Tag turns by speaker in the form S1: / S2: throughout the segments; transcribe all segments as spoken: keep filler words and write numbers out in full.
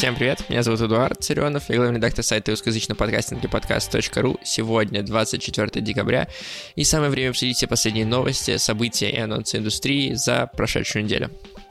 S1: Всем привет, меня зовут Эдуард Царенов, я главный редактор сайта русскоязычного подкастинга подкаст точка ру. Сегодня двадцать четвёртое декабря, и самое время обсудить все последние новости, события и анонсы индустрии за прошедшую неделю.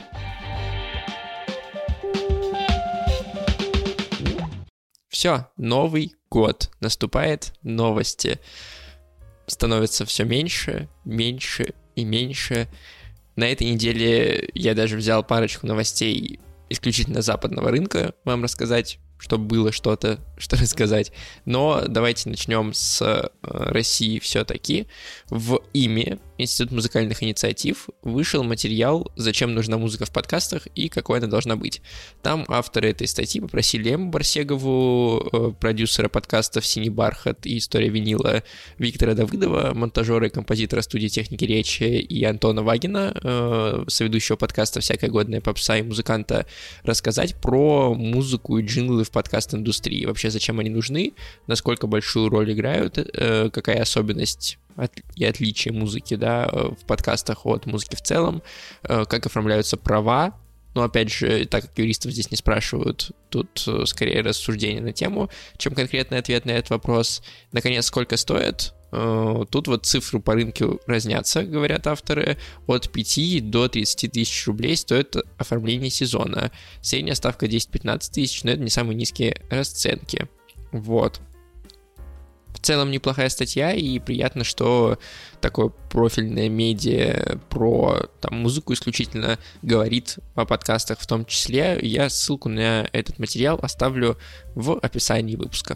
S1: Все, Новый год наступает, новости становятся все меньше, меньше и меньше. На этой неделе я даже взял парочку новостей исключительно западного рынка вам рассказать, чтобы было что-то, что рассказать. Но давайте начнем с России все-таки. В ИМИ, Институт музыкальных инициатив, вышел материал «Зачем нужна музыка в подкастах и какой она должна быть». Там авторы этой статьи попросили Эмму Барсегову, продюсера подкастов «Синий бархат» и «История винила», Виктора Давыдова, монтажера и композитора студии техники речи, и Антона Вагина, соведущего подкаста «Всякая годная попса» и музыканта, рассказать про музыку и джинглы в подкаст-индустрии. Вообще, зачем они нужны, насколько большую роль играют, какая особенность и отличие музыки, да, в подкастах от музыки в целом, как оформляются права. Но, опять же, так как юристов здесь не спрашивают, тут скорее рассуждение на тему, чем конкретный ответ на этот вопрос. Наконец, сколько стоит? Тут вот цифры по рынку разнятся, говорят авторы. От пяти до тридцати тысяч рублей стоит оформление сезона. Средняя ставка десять-пятнадцать тысяч, но это не самые низкие расценки. Вот. В целом неплохая статья, и приятно, что такое профильное медиа про там, музыку исключительно говорит о подкастах в том числе. Я ссылку на этот материал оставлю в описании выпуска.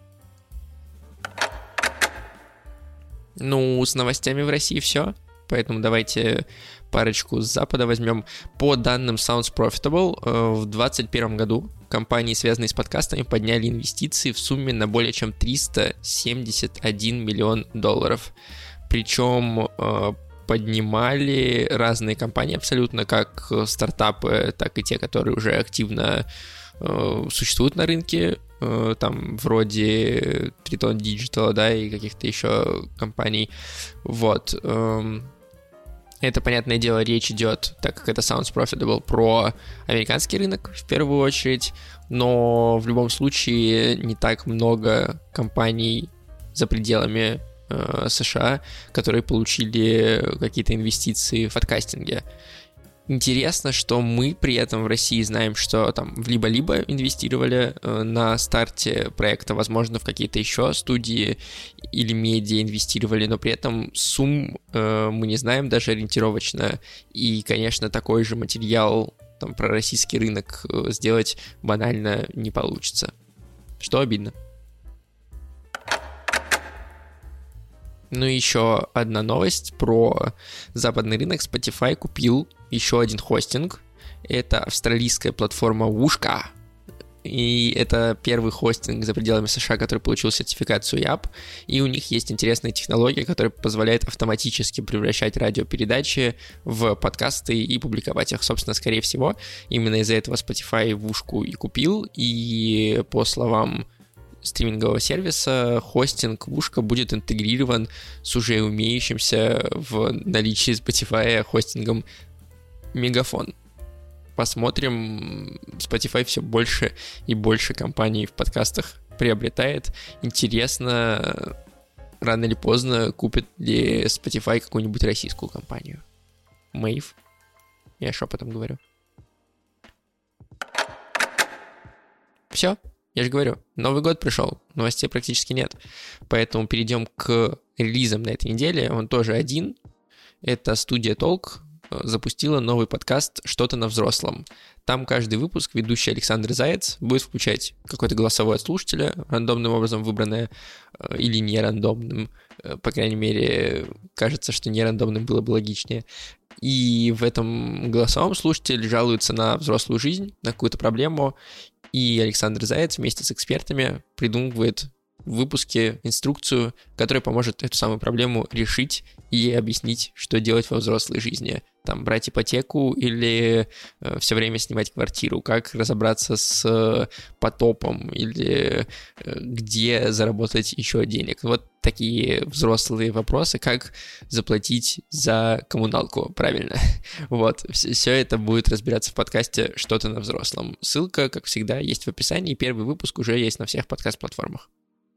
S1: Ну, с новостями в России все, поэтому давайте парочку с запада возьмем. По данным Sounds Profitable, в двадцать первом году компании, связанные с подкастами, подняли инвестиции в сумме на более чем триста семьдесят один миллион долларов. Причем поднимали разные компании абсолютно, как стартапы, так и те, которые уже активно существуют на рынке, там вроде Triton Digital, да, и каких-то еще компаний. Вот. Это, понятное дело, речь идет, так как это Sounds Profitable, про американский рынок в первую очередь, но в любом случае не так много компаний за пределами э, США, которые получили какие-то инвестиции в подкастинге. Интересно, что мы при этом в России знаем, что там в либо-либо инвестировали э, на старте проекта, возможно, в какие-то еще студии или медиа инвестировали, но при этом сумм э, мы не знаем даже ориентировочно. И, конечно, такой же материал там, про российский рынок э, сделать банально не получится. Что обидно. Ну и еще одна новость про западный рынок. Spotify купил еще один хостинг. Это австралийская платформа Whooshkaa. И это первый хостинг за пределами США, который получил сертификацию ай эй пи. И у них есть интересная технология, которая позволяет автоматически превращать радиопередачи в подкасты и публиковать их. Собственно, скорее всего, именно из-за этого Spotify Whooshkaa и купил. И по словам стримингового сервиса, хостинг Whooshkaa будет интегрирован с уже имеющимся в наличии Spotify хостингом Мегафон. Посмотрим, Spotify все больше и больше компаний в подкастах приобретает. Интересно, рано или поздно купит ли Spotify какую-нибудь российскую компанию. Мэйв. Я шепотом говорю. Все. Я же говорю, Новый год пришел, новостей практически нет. Поэтому перейдем к релизам на этой неделе. Он тоже один. Это студия Толк запустила новый подкаст «Что-то на взрослом». Там каждый выпуск ведущий Александр Заяц будет включать какой-то голосовой от слушателя, рандомным образом выбранное или не рандомным. По крайней мере, кажется, что не рандомным было бы логичнее. И в этом голосовом слушатель жалуется на взрослую жизнь, на какую-то проблему, и Александр Заяц вместе с экспертами придумывает в выпуске инструкцию, которая поможет эту самую проблему решить и объяснить, что делать во взрослой жизни. Там, брать ипотеку или э, все время снимать квартиру, как разобраться с э, потопом или э, где заработать еще денег. Вот такие взрослые вопросы, как заплатить за коммуналку, правильно. Вот, все это будет разбираться в подкасте «Что-то на взрослом». Ссылка, как всегда, есть в описании, первый выпуск уже есть на всех подкаст-платформах.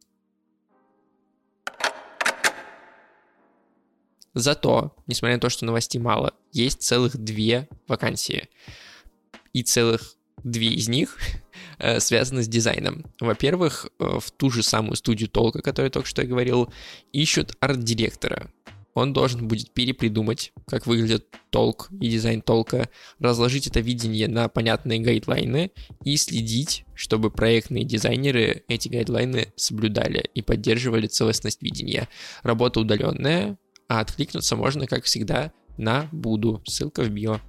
S1: Зато, несмотря на то, что новостей мало, есть целых две вакансии. И целых две из них э, связаны с дизайном. Во-первых, э, в ту же самую студию Толка, о которой я только что я говорил, ищут арт-директора. Он должен будет перепридумать, как выглядит Толк и дизайн Толка, разложить это видение на понятные гайдлайны и следить, чтобы проектные дизайнеры эти гайдлайны соблюдали и поддерживали целостность видения. Работа удаленная, а откликнуться можно, как всегда, на Буду. Ссылка в био.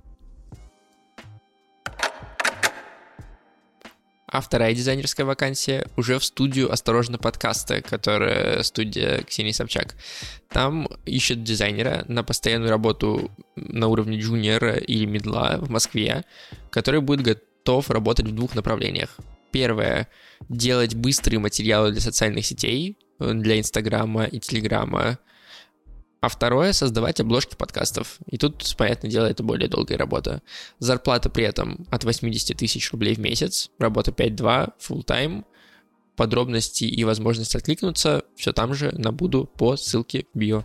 S1: А вторая дизайнерская вакансия уже в студию «Осторожно, подкасты», которая студия Ксении Собчак. Там ищут дизайнера на постоянную работу на уровне джуниора или мидла в Москве, который будет готов работать в двух направлениях. Первое — делать быстрые материалы для социальных сетей, для Инстаграма и Телеграма. А второе — создавать обложки подкастов. И тут, понятное дело, это более долгая работа. Зарплата при этом от восемьдесят тысяч рублей в месяц. Работа пять два, full-time. Подробности и возможность откликнуться все там же на Буду по ссылке в био.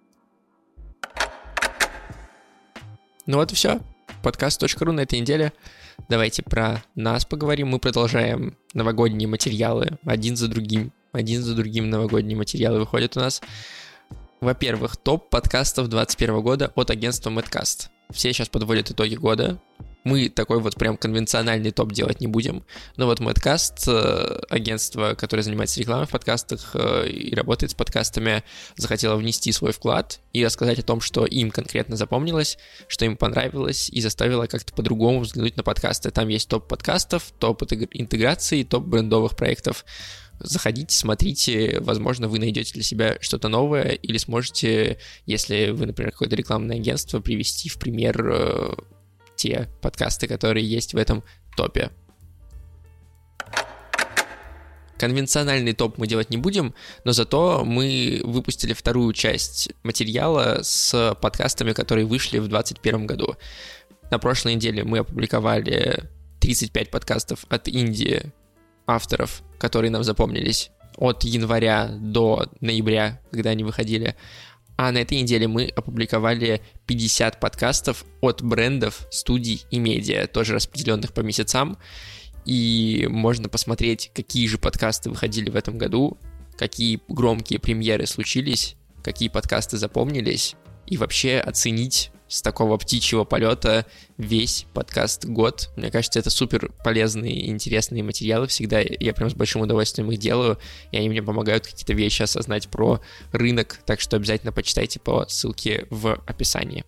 S1: Ну вот и все. подкаст точка ру на этой неделе. Давайте про нас поговорим. Мы продолжаем новогодние материалы. Один за другим. Один за другим новогодние материалы выходят у нас. Во-первых, топ подкастов двадцать первого года от агентства Madcast. Все сейчас подводят итоги года. Мы такой вот прям конвенциональный топ делать не будем. Но вот Madcast, агентство, которое занимается рекламой в подкастах и работает с подкастами, захотело внести свой вклад и рассказать о том, что им конкретно запомнилось, что им понравилось и заставило как-то по-другому взглянуть на подкасты. Там есть топ подкастов, топ интеграций, топ брендовых проектов. Заходите, смотрите, возможно, вы найдете для себя что-то новое или сможете, если вы, например, какое-то рекламное агентство, привести в пример э, те подкасты, которые есть в этом топе. Конвенциональный топ мы делать не будем, но зато мы выпустили вторую часть материала с подкастами, которые вышли в двадцать первом году. На прошлой неделе мы опубликовали тридцать пять подкастов от Индии, авторов, которые нам запомнились от января до ноября, когда они выходили. А на этой неделе мы опубликовали пятьдесят подкастов от брендов, студий и медиа, тоже распределенных по месяцам. И можно посмотреть, какие же подкасты выходили в этом году, какие громкие премьеры случились, какие подкасты запомнились, и вообще оценить с такого птичьего полета весь подкаст-год. Мне кажется, это супер полезные и интересные материалы всегда. Я прям с большим удовольствием их делаю, и они мне помогают какие-то вещи осознать про рынок, так что обязательно почитайте по ссылке в описании.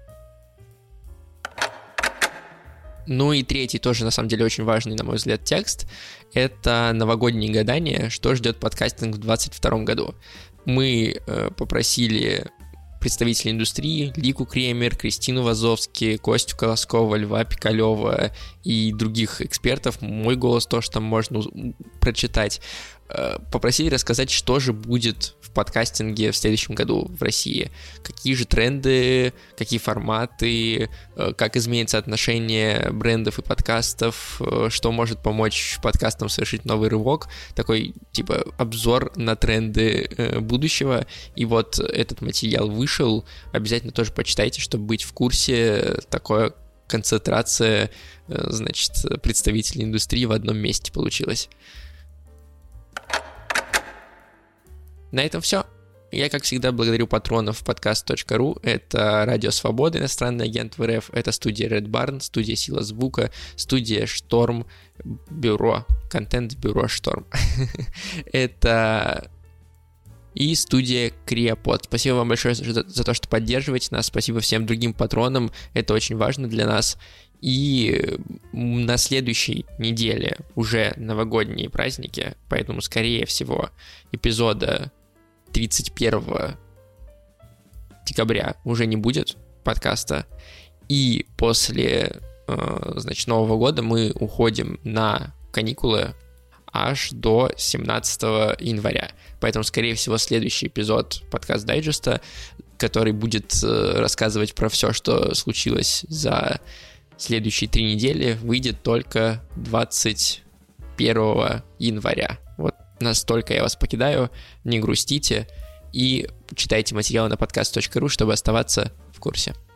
S1: Ну и третий, тоже на самом деле очень важный, на мой взгляд, текст — это новогодние гадания, что ждет подкастинг в двадцать втором году. Мы э, попросили представителей индустрии Лику Кремер, Кристину Вазовски, Костю Колоскова, Льва Пикалева и других экспертов, мой голос тоже там можно прочитать, попросили рассказать, что же будет в подкастинге в следующем году в России. Какие же тренды, какие форматы, как изменится отношение брендов и подкастов, что может помочь подкастам совершить новый рывок. Такой, типа, обзор на тренды будущего. И вот этот материал вышел. Обязательно тоже почитайте, чтобы быть в курсе. Такая концентрация, значит, представителей индустрии в одном месте получилась. На этом все. Я, как всегда, благодарю патронов подкаст точка ру. Это Радио Свобода, иностранный агент в РФ. Это студия Red Barn, студия Сила Звука, студия Шторм Бюро, контент-бюро Шторм. Это и студия Криопод. Спасибо вам большое за, за то, что поддерживаете нас. Спасибо всем другим патронам. Это очень важно для нас. И на следующей неделе уже новогодние праздники, поэтому, скорее всего, эпизода тридцать первого декабря уже не будет подкаста. И после, значит, Нового года мы уходим на каникулы аж до семнадцатого января. Поэтому, скорее всего, следующий эпизод подкаст дайджеста, который будет рассказывать про все, что случилось за следующие три недели, выйдет только двадцать первого января. Вот настолько я вас покидаю. Не грустите и читайте материалы на подкаст точка ру, чтобы оставаться в курсе.